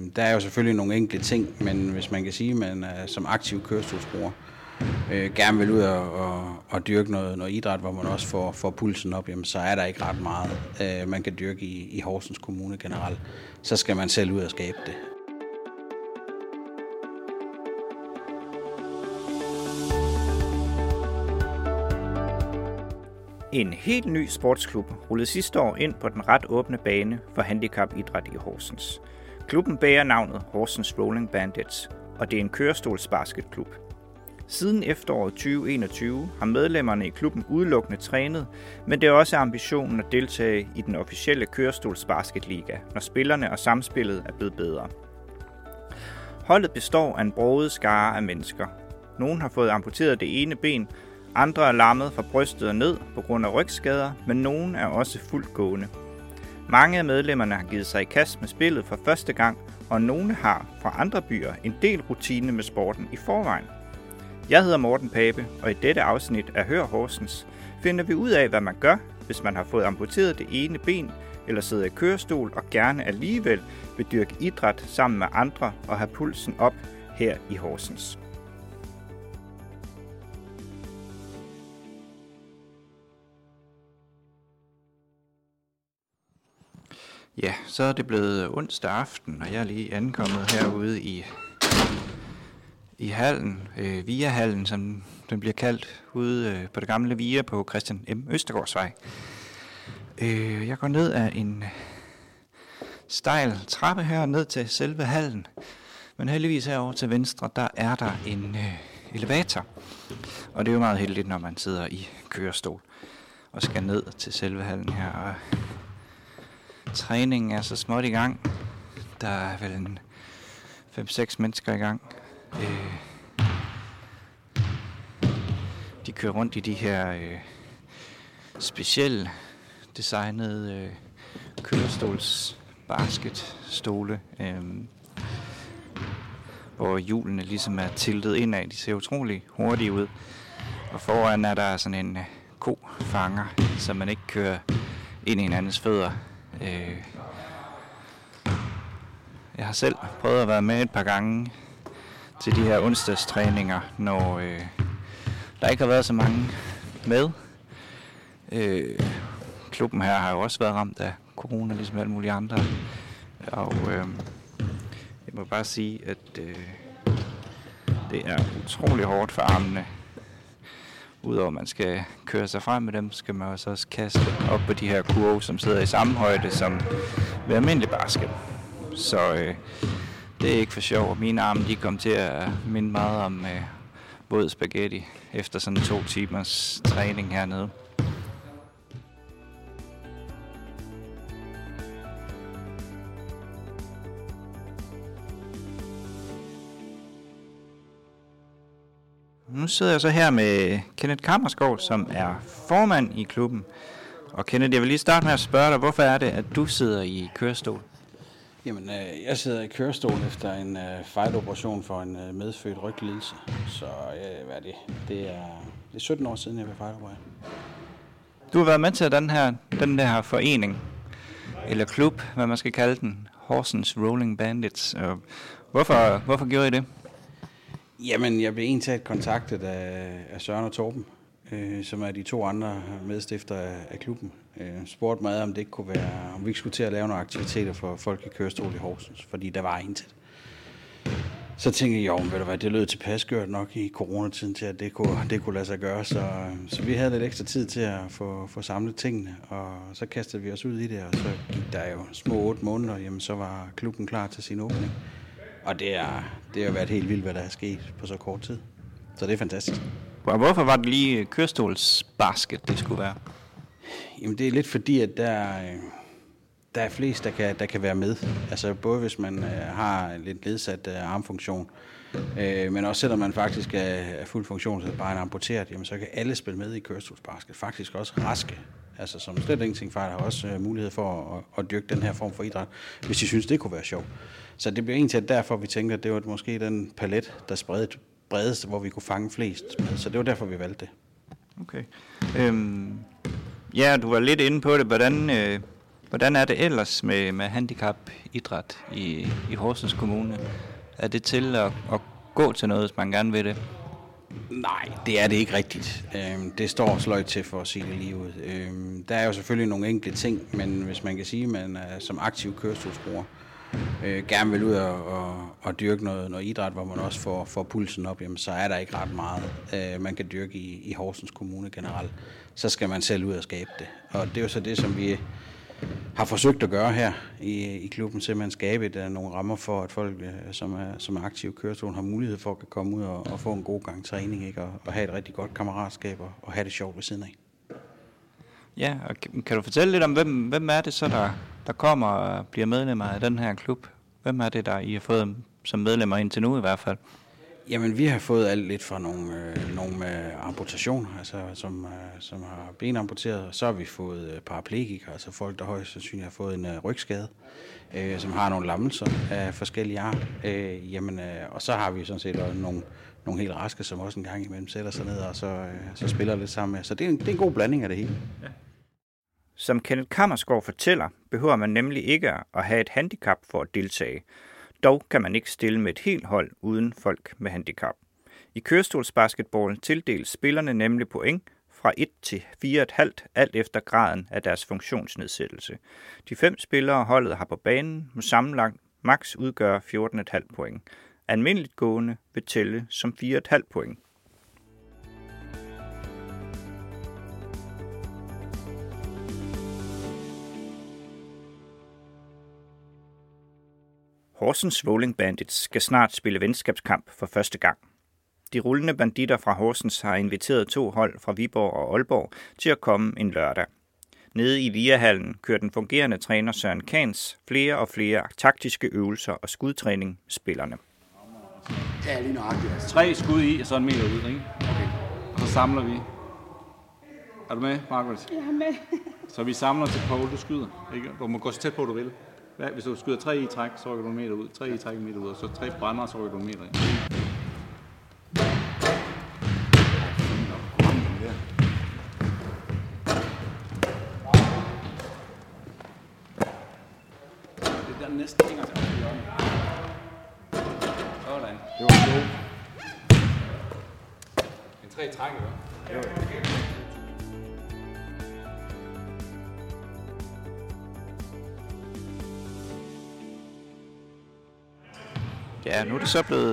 Der er jo selvfølgelig nogle enkelte ting, men hvis man kan sige, at man er som aktiv kørestolsbruger gerne vil ud og dyrke noget idræt, hvor man også får pulsen op, jamen, så er der ikke ret meget, man kan dyrke i Horsens Kommune generelt. Så skal man selv ud og skabe det. En helt ny sportsklub rullede sidste år ind på den ret åbne bane for handicapidræt i Horsens. Klubben bærer navnet Horsens Rolling Bandits, og det er en kørestolsbasketklub. Siden efteråret 2021 har medlemmerne i klubben udelukkende trænet, men det er også ambitionen at deltage i den officielle kørestolsbasketliga, når spillerne og samspillet er blevet bedre. Holdet består af en broget skare af mennesker. Nogle har fået amputeret det ene ben, andre er lammet fra brystet og ned på grund af rygskader, men nogle er også fuldt gående. Mange af medlemmerne har givet sig i kast med spillet for første gang, og nogle har fra andre byer en del rutine med sporten i forvejen. Jeg hedder Morten Pape, og i dette afsnit af Hør Horsens finder vi ud af, hvad man gør, hvis man har fået amputeret det ene ben, eller sidder i kørestol og gerne alligevel vil dyrke idræt sammen med andre og have pulsen op her i Horsens. Ja, så er det blevet onsdag aften, og jeg er lige ankommet herude i hallen, Via-hallen, som den bliver kaldt, ude på det gamle Via på Christian M. Østergaardsvej. Jeg går ned ad en stejl trappe her ned til selve hallen, men heldigvis herovre til venstre, der er der en elevator. Og det er jo meget heldigt, når man sidder i kørestol og skal ned til selve hallen her. Og træningen er så småt i gang. Der er vel en 5-6 mennesker i gang. De kører rundt i de her specielt designede kørestolsbasketstole, hvor hjulene ligesom er tiltet indad. De ser utrolig hurtige ud. Og foran er der sådan en kofanger, så man ikke kører ind i hinandens fødder. Jeg har selv prøvet at være med et par gange til de her onsdagstræninger, når der ikke har været så mange med. Klubben her har jo også været ramt af corona, ligesom alle mulige andre. Og jeg må bare sige, at det er utrolig hårdt for armene. Udover at man skal køre sig frem med dem, skal man også kaste op på de her kurve, som sidder i samme højde som ved almindelig basket. Så det er ikke for sjov. Mine arme de kom til at minde meget om våd spaghetti efter sådan 2 timers træning hernede. Nu sidder jeg så her med Kenneth Kammerskov, som er formand i klubben. Og Kenneth, jeg vil lige starte med at spørge dig, hvorfor er det, at du sidder i kørestol? Jamen, jeg sidder i kørestol efter en fejloperation for en medfødt ryglidelse. Så hvad er det? Det er 17 år siden, jeg blev fejlopereret. Du har været med til den der forening, eller klub, hvad man skal kalde den, Horsens Rolling Bandits. Hvorfor gjorde I det? Jamen, jeg blev egentlig kontaktet af Søren og Torben, som er de 2 andre medstifter af klubben. Spurgte mig, om det ikke kunne være, om vi ikke skulle til at lave nogle aktiviteter for folk i kørestol i Horsens, fordi der var intet. Så tænkte jeg, ved du hvad, det lød tilpas gjort nok i coronatiden til, at det kunne lade sig gøre. Så vi havde lidt ekstra tid til at få samlet tingene, og så kastede vi os ud i det, og så gik der jo små 8 måneder, jamen så var klubben klar til sin åbning. Og det har jo været helt vildt, hvad der er sket på så kort tid. Så det er fantastisk. Hvorfor var det lige kørestolsbasket, det skulle være? Jamen det er lidt fordi, at der er flest, der kan være med. Altså både hvis man har lidt nedsat armfunktion, men også selvom man faktisk er fuld funktion, så bare en amputeret, jamen så kan alle spille med i kørestolsbasket. Faktisk også raske. Altså som slet ingenting fejl, har også mulighed for at dyrke den her form for idræt, hvis de synes, det kunne være sjovt. Så det blev egentlig derfor, vi tænkte, at det var måske den palet, der bredeste, hvor vi kunne fange flest med. Så det var derfor, vi valgte det. Okay. Ja, du var lidt inde på det. Hvordan er det ellers med handicapidræt i Horsens Kommune? Er det til at gå til noget, hvis man gerne vil det? Nej, det er det ikke rigtigt. Det står sløjt til for at sige det lige ud. Der er jo selvfølgelig nogle enkelte ting, men hvis man kan sige, at man som aktiv kørestolsbruger gerne vil ud og dyrke noget idræt, hvor man også får pulsen op, jamen, så er der ikke ret meget, man kan dyrke i Horsens Kommune generelt. Så skal man selv ud og skabe det. Og det er jo så det, som vi har forsøgt at gøre her i klubben, simpelthen skabe nogle rammer for, at folk, som er aktive kørestol, har mulighed for at komme ud og få en god gang træning, ikke? Og have et rigtig godt kammeratskab og have det sjovt ved siden af. Ja, og kan du fortælle lidt om, hvem er det så, der kommer og bliver medlemmer af den her klub? Hvem er det, der I har fået som medlemmer indtil nu i hvert fald? Jamen, vi har fået alt lidt fra nogle med amputation, altså som har benamputeret, og så har vi fået paraplegikere, altså folk, der højst sandsynligt har fået en rygskade, som har nogle lammelser af forskellige art. Og så har vi sådan set nogle helt raske, som også en gang imellem sætter sig ned og så spiller lidt sammen med. Så det er en god blanding af det hele. Ja. Som Kenneth Kammersgaard fortæller, behøver man nemlig ikke at have et handicap for at deltage. Dog kan man ikke stille med et helt hold uden folk med handicap. I kørestolsbasketball tildeles spillerne nemlig point fra 1 til 4,5, alt efter graden af deres funktionsnedsættelse. De 5 spillere holdet har på banen må sammenlagt maks udgøre 14,5 point. Almindeligt gående vil tælle som 4,5 point. Horsens Svåling Bandits skal snart spille venskabskamp for første gang. De rullende banditter fra Horsens har inviteret 2 hold fra Viborg og Aalborg til at komme en lørdag. Nede i Viahallen kører den fungerende træner Søren Kans flere og flere taktiske øvelser og skudtræning med spillerne. Ja, lige nøjagtigt. 3 skud i, og så 1 meter ud, ikke? Okay. Og så samler vi. Er du med, Margaret? Jeg er med. Så vi samler til Poul, du skyder, ikke? Du må gå så tæt på, du vil. Hvis du skyder 3 i træk, så rykker du 1 meter ud. 3 i træk, 1 meter ud, og så 3 brænder, så rykker du 1 meter ind. Det er der næsten hænger til at hjørne. Sådan. Det var godt. En 3 i træk, eller? Jo. Ja, nu er det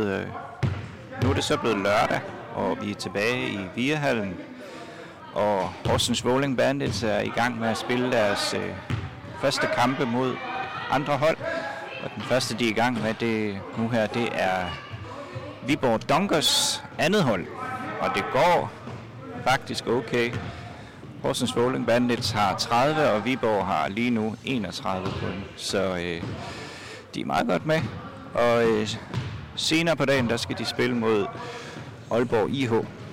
så blevet lørdag, og vi er tilbage i Viahallen, og Horsens Svåling Bandits er i gang med at spille deres første kampe mod andre hold. Og den første, de er i gang med det er Viborg Dunkers andet hold, og det går faktisk okay. Horsens Svåling Bandits har 30, og Viborg har lige nu 31 point, så de er meget godt med. Og senere på dagen, der skal de spille mod Aalborg IH.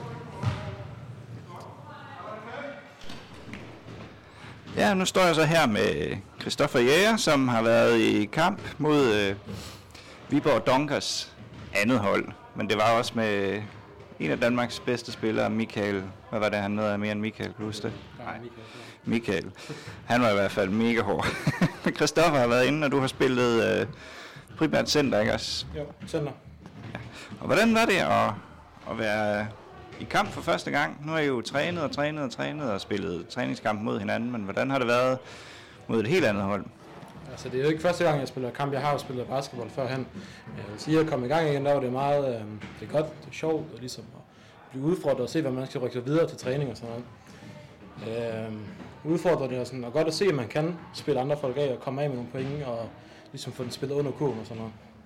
Ja, nu står jeg så her med Christoffer Jæger, som har været i kamp mod Viborg Dunkers andet hold. Men det var også med en af Danmarks bedste spillere, Michael. Hvad var det, han nåede mere end Michael? Kan du huske det? Nej, Michael. Han var i hvert fald mega hård. Christoffer har været inde, og du har spillet primært center, ikke også? Jo, center. Ja. Og hvordan var det at være i kamp for første gang? Nu har I jo trænet og spillet træningskamp mod hinanden, men hvordan har det været mod et helt andet hold? Altså, det er jo ikke første gang, jeg spiller kamp. Jeg har jo spillet basketball førhen. Jeg vil sige, at jeg kom i gang igen, der var det meget det er godt, det er sjovt, og ligesom at blive udfordret og se, hvad man skal rykke sig videre til træning og sådan noget. Udfordret det er sådan, og godt at se, at man kan spille andre folk af og komme af med nogle point, og ligesom få den spillet under kurven og sådan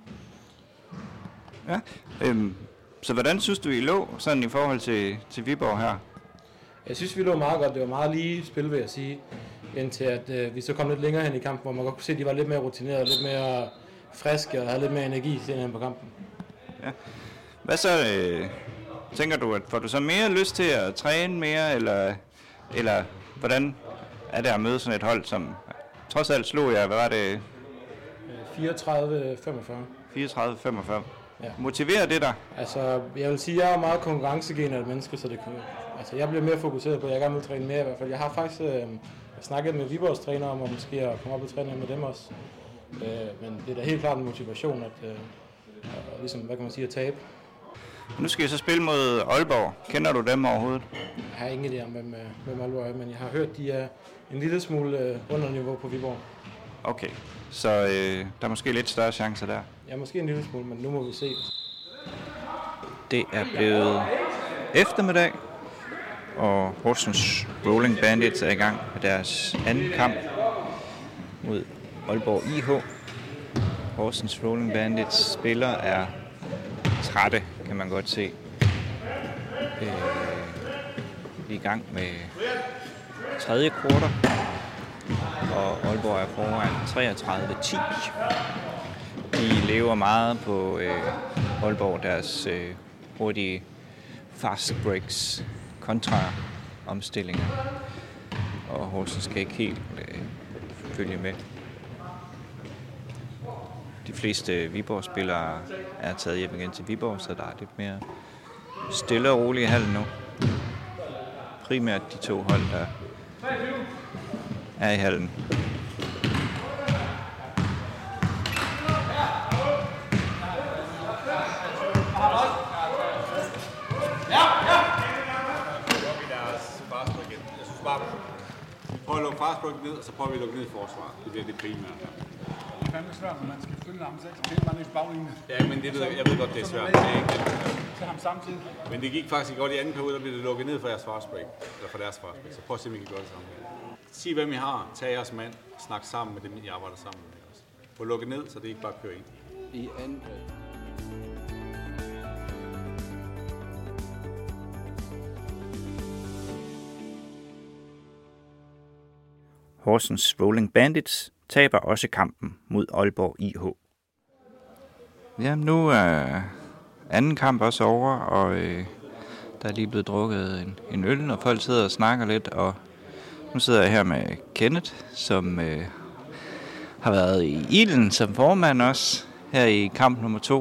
noget. Ja, så hvordan synes du, I lå sådan i forhold til Viborg her? Jeg synes, vi lå meget godt. Det var meget lige spil, vil jeg sige. Indtil at vi så kom lidt længere hen i kampen, hvor man godt kunne se, at de var lidt mere rutineret, lidt mere friske og havde lidt mere energi senere på kampen. Ja. Hvad så, tænker du, at får du så mere lyst til at træne mere, eller hvordan er det at møde sådan et hold, som trods alt slog jer, hvad var det? 34-45. Ja. Motiverer det dig? Altså, jeg vil sige, at jeg er meget konkurrencegenet menneske, så det kunne... Altså, jeg bliver mere fokuseret på, at jeg gerne vil træne mere i hvert fald. Jeg har faktisk snakket med Viborgs træner om at måske at komme op og træne med dem også. Men det er da helt klart en motivation at ligesom, hvad kan man sige, at tabe. Nu skal jeg så spille mod Aalborg. Kender du dem overhovedet? Jeg har ingen idé om, hvem Aalborg er, men jeg har hørt, de er en lille smule under niveau på Viborg. Okay, så der er måske lidt større chancer der. Ja, måske en lille smule, men nu må vi se. Det er blevet eftermiddag, og Horsens Rolling Bandits er i gang med deres anden kamp mod Aalborg IH. Horsens Rolling Bandits spillere er trætte, kan man godt se. Vi er i gang med tredje kvartal, og Aalborg er foran 33-10. De lever meget på Aalborg, deres hurtige fast breaks kontra omstillinger, og Horsens kan ikke helt følge med. De fleste Viborg-spillere er taget hjem igen til Viborg, så der er lidt mere stille og roligt i hallen nu. Primært de to hold, der er i hallen. Prøv at lukke fastbreak ned, og så prøver vi at lukke ned i forsvar. Det bliver det primære. Det er fandme svært, når man skal følge ham selv. Det er man ikke baglinjen. Ja, men det ved jeg ved godt, det er svært. Det er ikke det. Til ham samtidig. Men det gik faktisk godt i anden periode, der blev det lukket ned for jeres fastbreak. Eller for deres fastbreak. Så prøv at se, om I kan gøre det sammen. Sig, hvem I har. Tag jeres mand. Snak sammen med dem, I arbejder sammen med. Få lukket ned, så det ikke bare kører ind. I angreb. Horsens Rolling Bandits taber også kampen mod Aalborg IH. Ja, nu er anden kamp også over, og der er lige blevet drukket en øl, og folk sidder og snakker lidt, og nu sidder jeg her med Kenneth, som har været i ilden som formand også, her i kamp nummer 2.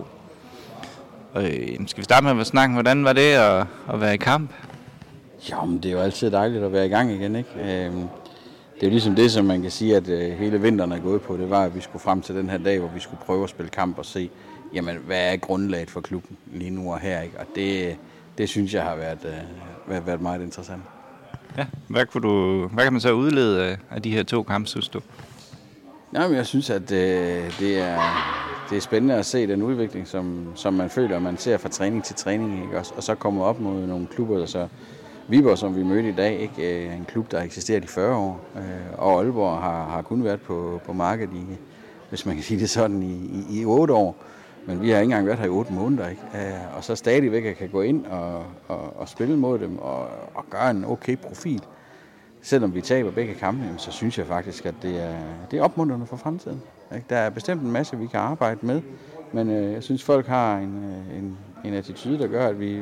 Og skal vi starte med at snakke, hvordan var det at være i kamp? Jo, men det er jo altid dejligt at være i gang igen, ikke? Det er jo ligesom det, som man kan sige, at hele vinteren er gået på. Det var, at vi skulle frem til den her dag, hvor vi skulle prøve at spille kamp og se, jamen, hvad er grundlaget for klubben lige nu og her, ikke? Og det synes jeg har været meget interessant. Ja, hvad kan man så udlede af de her 2 kampe, synes du? Jamen, jeg synes, at det er spændende at se den udvikling, som man føler, man ser fra træning til træning, ikke? Og så komme op mod nogle klubber, så Viborg, som vi mødte i dag, ikke en klub, der har eksisteret i 40 år, og Aalborg har kun været på markedet i, hvis man kan sige det sådan, i 8 år. Men vi har ikke engang været her i 8 måneder, ikke? Og så stadigvæk kan gå ind og spille mod dem og gøre en okay profil. Selvom vi taber begge kampe, så synes jeg faktisk, at det er opmuntrende for fremtiden. Ikke? Der er bestemt en masse, vi kan arbejde med, men jeg synes, folk har en attitude, der gør, at vi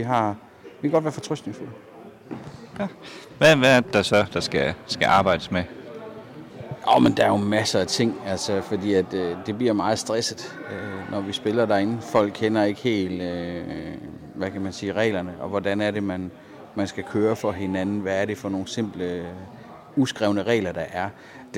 kan godt være fortrøstningsfulde. Ja. Hvad er det så, der skal arbejdes med? Men der er jo masser af ting, altså, fordi at, det bliver meget stresset, når vi spiller derinde. Folk kender ikke helt, hvad kan man sige, reglerne, og hvordan er det, man skal køre for hinanden. Hvad er det for nogle simple, uskrevne regler, der er.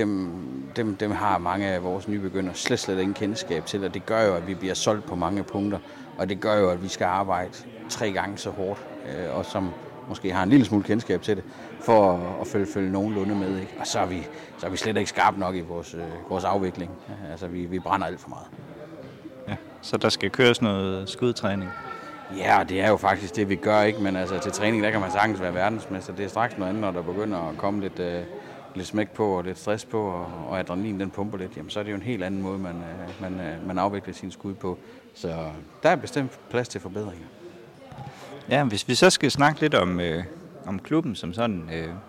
Dem har mange af vores nybegyndere slet ingen kendskab til, og det gør jo, at vi bliver solgt på mange punkter, og det gør jo, at vi skal arbejde 3 gange så hårdt, og som måske har en lille smule kendskab til det, for at følge nogenlunde med, ikke? Og så er vi slet ikke skarpe nok i vores afvikling. Altså, vi brænder alt for meget. Ja, så der skal køres noget skudtræning? Ja, det er jo faktisk det, vi gør, ikke? Men altså, til træning, der kan man sagtens være verdensmester. Det er straks noget andet, når der begynder at komme lidt smæk på og lidt stress på, og adrenalin den pumper lidt. Jamen, så er det jo en helt anden måde, man afvikler sin skud på. Så der er bestemt plads til forbedringer. Ja, hvis vi så skal snakke lidt om klubben som sådan.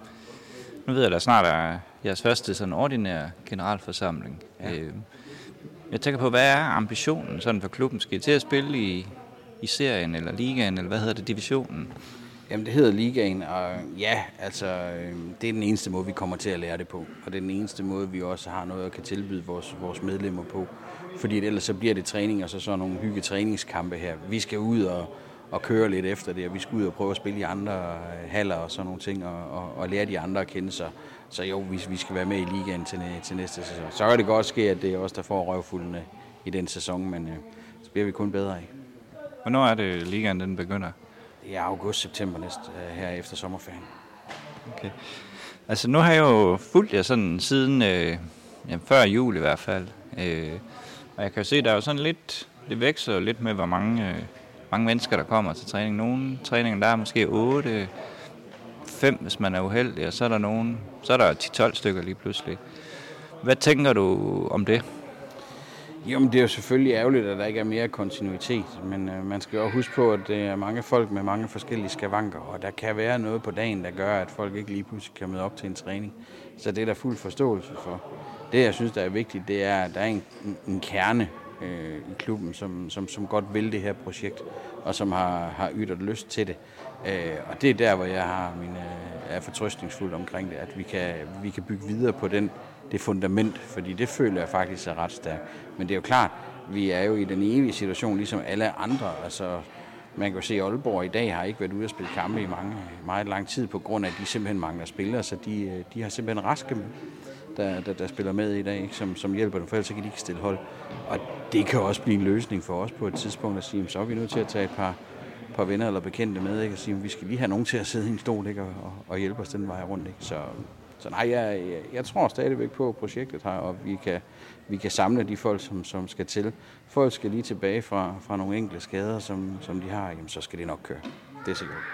Nu ved jeg, der snart er jeres første sådan ordinære generalforsamling. Ja. Jeg tænker på, hvad er ambitionen sådan for klubben? Skal I til at spille i serien eller ligaen, eller hvad hedder det, divisionen? Jamen, det hedder ligaen, og ja, altså, det er den eneste måde, vi kommer til at lære det på. Og det er den eneste måde, vi også har noget at kan tilbyde vores medlemmer på. Fordi ellers så bliver det træning, og så nogle hygge træningskampe her. Vi skal ud at køre lidt efter det, og vi skal ud og prøve at spille i andre haller og sådan nogle ting, og lære de andre at kende sig. Så jo, vi skal være med i ligaen til næste sæson. Så kan det godt ske, at det er os, der får røvfuldene i den sæson, men så bliver vi kun bedre af. Hvornår er det ligaen, den begynder? Det er august-september her efter sommerferien. Okay. Altså nu har jeg jo fulgt jer sådan siden før jul i hvert fald. Og jeg kan jo se, der er jo sådan lidt, det veksler lidt med, hvor mange mennesker, der kommer til træning. Nogle træninger, der er måske 8, 5, hvis man er uheldig, og så er der 10-12 stykker lige pludselig. Hvad tænker du om det? Jo, men det er jo selvfølgelig ærgerligt, at der ikke er mere kontinuitet, men man skal jo huske på, at det er mange folk med mange forskellige skavanker, og der kan være noget på dagen, der gør, at folk ikke lige pludselig kan møde op til en træning. Så det er der fuld forståelse for. Det, jeg synes, der er vigtigt, det er, at der er en kerne i klubben, som godt vil det her projekt, og som har ytret lyst til det. Og det er der, hvor jeg er fortrøstningsfuld omkring det, at vi kan bygge videre på det fundament, fordi det føler jeg faktisk er ret stærkt. Men det er jo klart, vi er jo i den evige situation, ligesom alle andre. Altså, man kan jo se, at Aalborg i dag har ikke været ude at spille kampe i meget lang tid, på grund af, at de simpelthen mangler spillere, så de har simpelthen raske der spiller med i dag, ikke? Som hjælper dem, for ellers kan de ikke stille hold. Og det kan også blive en løsning for os på et tidspunkt at sige, så er vi nødt til at tage et par venner eller bekendte med, ikke? Og sige, vi skal lige have nogen til at sidde i en stol, ikke? Og hjælpe os den vej rundt. Ikke? Så nej, jeg tror stadigvæk på projektet her, og vi kan samle de folk, som skal til. Folk skal lige tilbage fra nogle enkelte skader, som de har, jamen så skal det nok køre. Det er sikkert.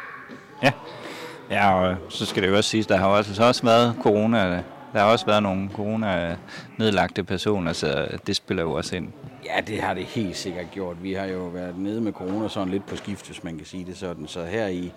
Ja, og så skal det jo også siges, der har også været corona. Der har også været nogle corona-nedlagte personer, så det spiller jo også ind. Ja, det har det helt sikkert gjort. Vi har jo været nede med corona sådan lidt på skift, hvis man kan sige det sådan. Så her i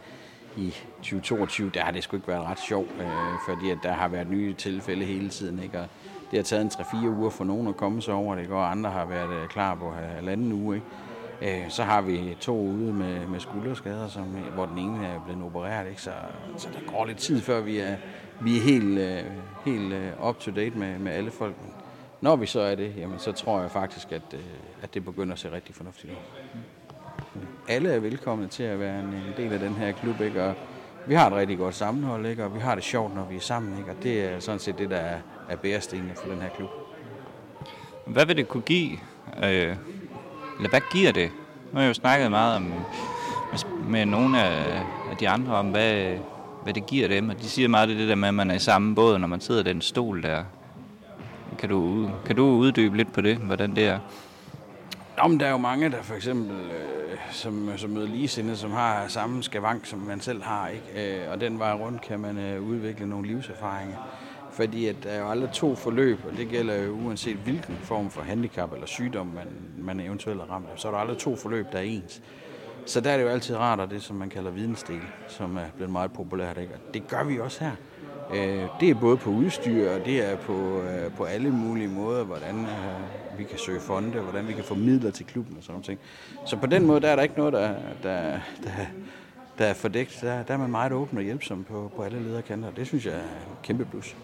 2022, der har det sgu ikke været ret sjovt, fordi at der har været nye tilfælde hele tiden, ikke? Og det har taget 3-4 uger for nogen at komme sig over det, og andre har været klar på halvanden uge, ikke? Så har vi 2 ude med skulderskader, hvor den ene er blevet opereret, ikke? Så der går lidt tid, før vi er helt up to date med alle folk. Når vi så er det, jamen, så tror jeg faktisk, at det begynder at se rigtig fornuftigt ud. Alle er velkomne til at være en del af den her klub, ikke? Og vi har et rigtig godt sammenhold, ikke? Og vi har det sjovt, når vi er sammen, ikke? Og det er sådan set det, der er bærestenene for den her klub. Hvad vil det kunne give, eller hvad giver det? Nu har jeg jo snakket meget med nogle af de andre om, hvad det giver dem, og de siger meget det der med, at man er i samme båd, når man sidder i den stol der. Kan du uddybe lidt på det, hvordan det er? Nå, men der er jo mange, der for eksempel, som møder ligesindede, som har samme skavank, som man selv har, ikke? Og den vej rundt kan man udvikle nogle livserfaringer. Fordi at der er jo aldrig 2 forløb, og det gælder jo uanset hvilken form for handicap eller sygdom, man eventuelt er ramt af. Så er der aldrig 2 forløb, der er ens. Så der er det jo altid rart, og det som man kalder vidensdel, som er blevet meget populært, ikke? Og det gør vi også her. Det er både på udstyr, og det er på alle mulige måder, hvordan vi kan søge fonde, hvordan vi kan få midler til klubben og sådan noget. Så på den måde, der er der ikke noget, der er fordækt. Der er man meget åben og hjælpsom på alle lederkanter. Det synes jeg er en kæmpe plus.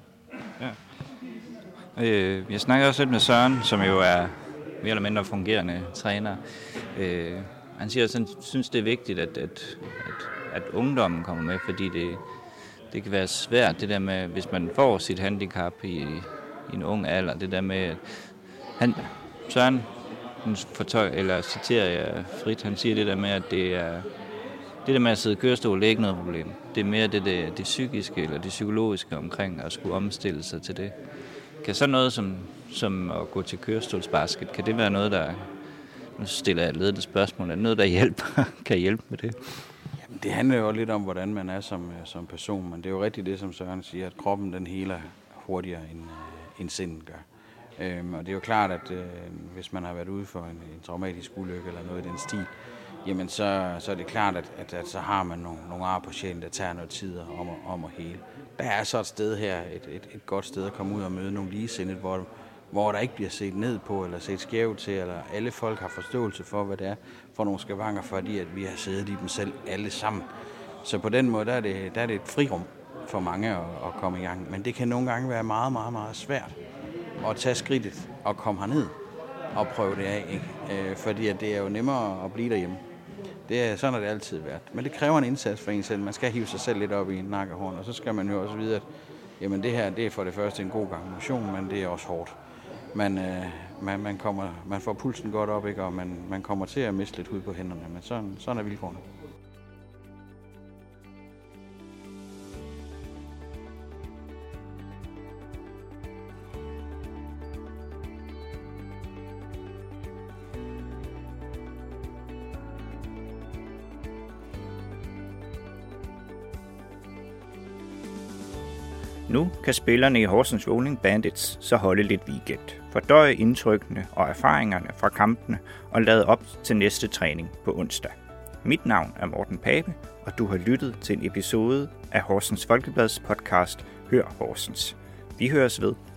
Ja. Jeg snakker også lidt med Søren, som jo er mere eller mindre fungerende træner. Han siger, at han synes, det er vigtigt, at ungdommen kommer med, fordi det kan være svært, det der med, hvis man får sit handicap i en ung alder, det der med, Søren, eller citerer jeg frit, han siger det der med, at det der med at sidde i kørestol, det er ikke noget problem. Det er mere det psykiske eller det psykologiske omkring at skulle omstille sig til det. Kan sådan noget som at gå til kørestolsbasket, kan det være noget, der, nu stiller jeg et ledet spørgsmål, er det noget, der kan hjælpe med det? Jamen, det handler jo lidt om, hvordan man er som person, men det er jo rigtigt det, som Søren siger, at kroppen den heler hurtigere end sindet gør. Og det er jo klart, at hvis man har været ude for en traumatisk ulykke eller noget i den stil, jamen så er det klart, at så har man nogle ar på sjælen, der tager noget tid om at hele. Der er så et sted her, et godt sted at komme ud og møde nogle ligesindede, hvor der ikke bliver set ned på eller set skævt til, eller alle folk har forståelse for, hvad det er for nogle skavanker, fordi at vi har siddet i dem selv alle sammen. Så på den måde, der er det et frirum for mange at komme i gang. Men det kan nogle gange være meget, meget, meget svært at tage skridtet og komme herned og prøve det af, ikke? Fordi at det er jo nemmere at blive derhjemme. Sådan har det altid været. Men det kræver en indsats for en selv. Man skal hive sig selv lidt op i en nakkehorn, og så skal man jo også vide, at jamen det her, det er for det første en god gang motion, men det er også hårdt. Man får pulsen godt op, ikke? Og man kommer til at miste lidt hud på hænderne, men sådan er vilkårene. Nu kan spillerne i Horsens Rolling Bandits så holde lidt weekend, fordøje indtrykkene og erfaringerne fra kampene og lade op til næste træning på onsdag. Mit navn er Morten Pape, og du har lyttet til en episode af Horsens Folkeblads podcast Hør Horsens. Vi høres ved.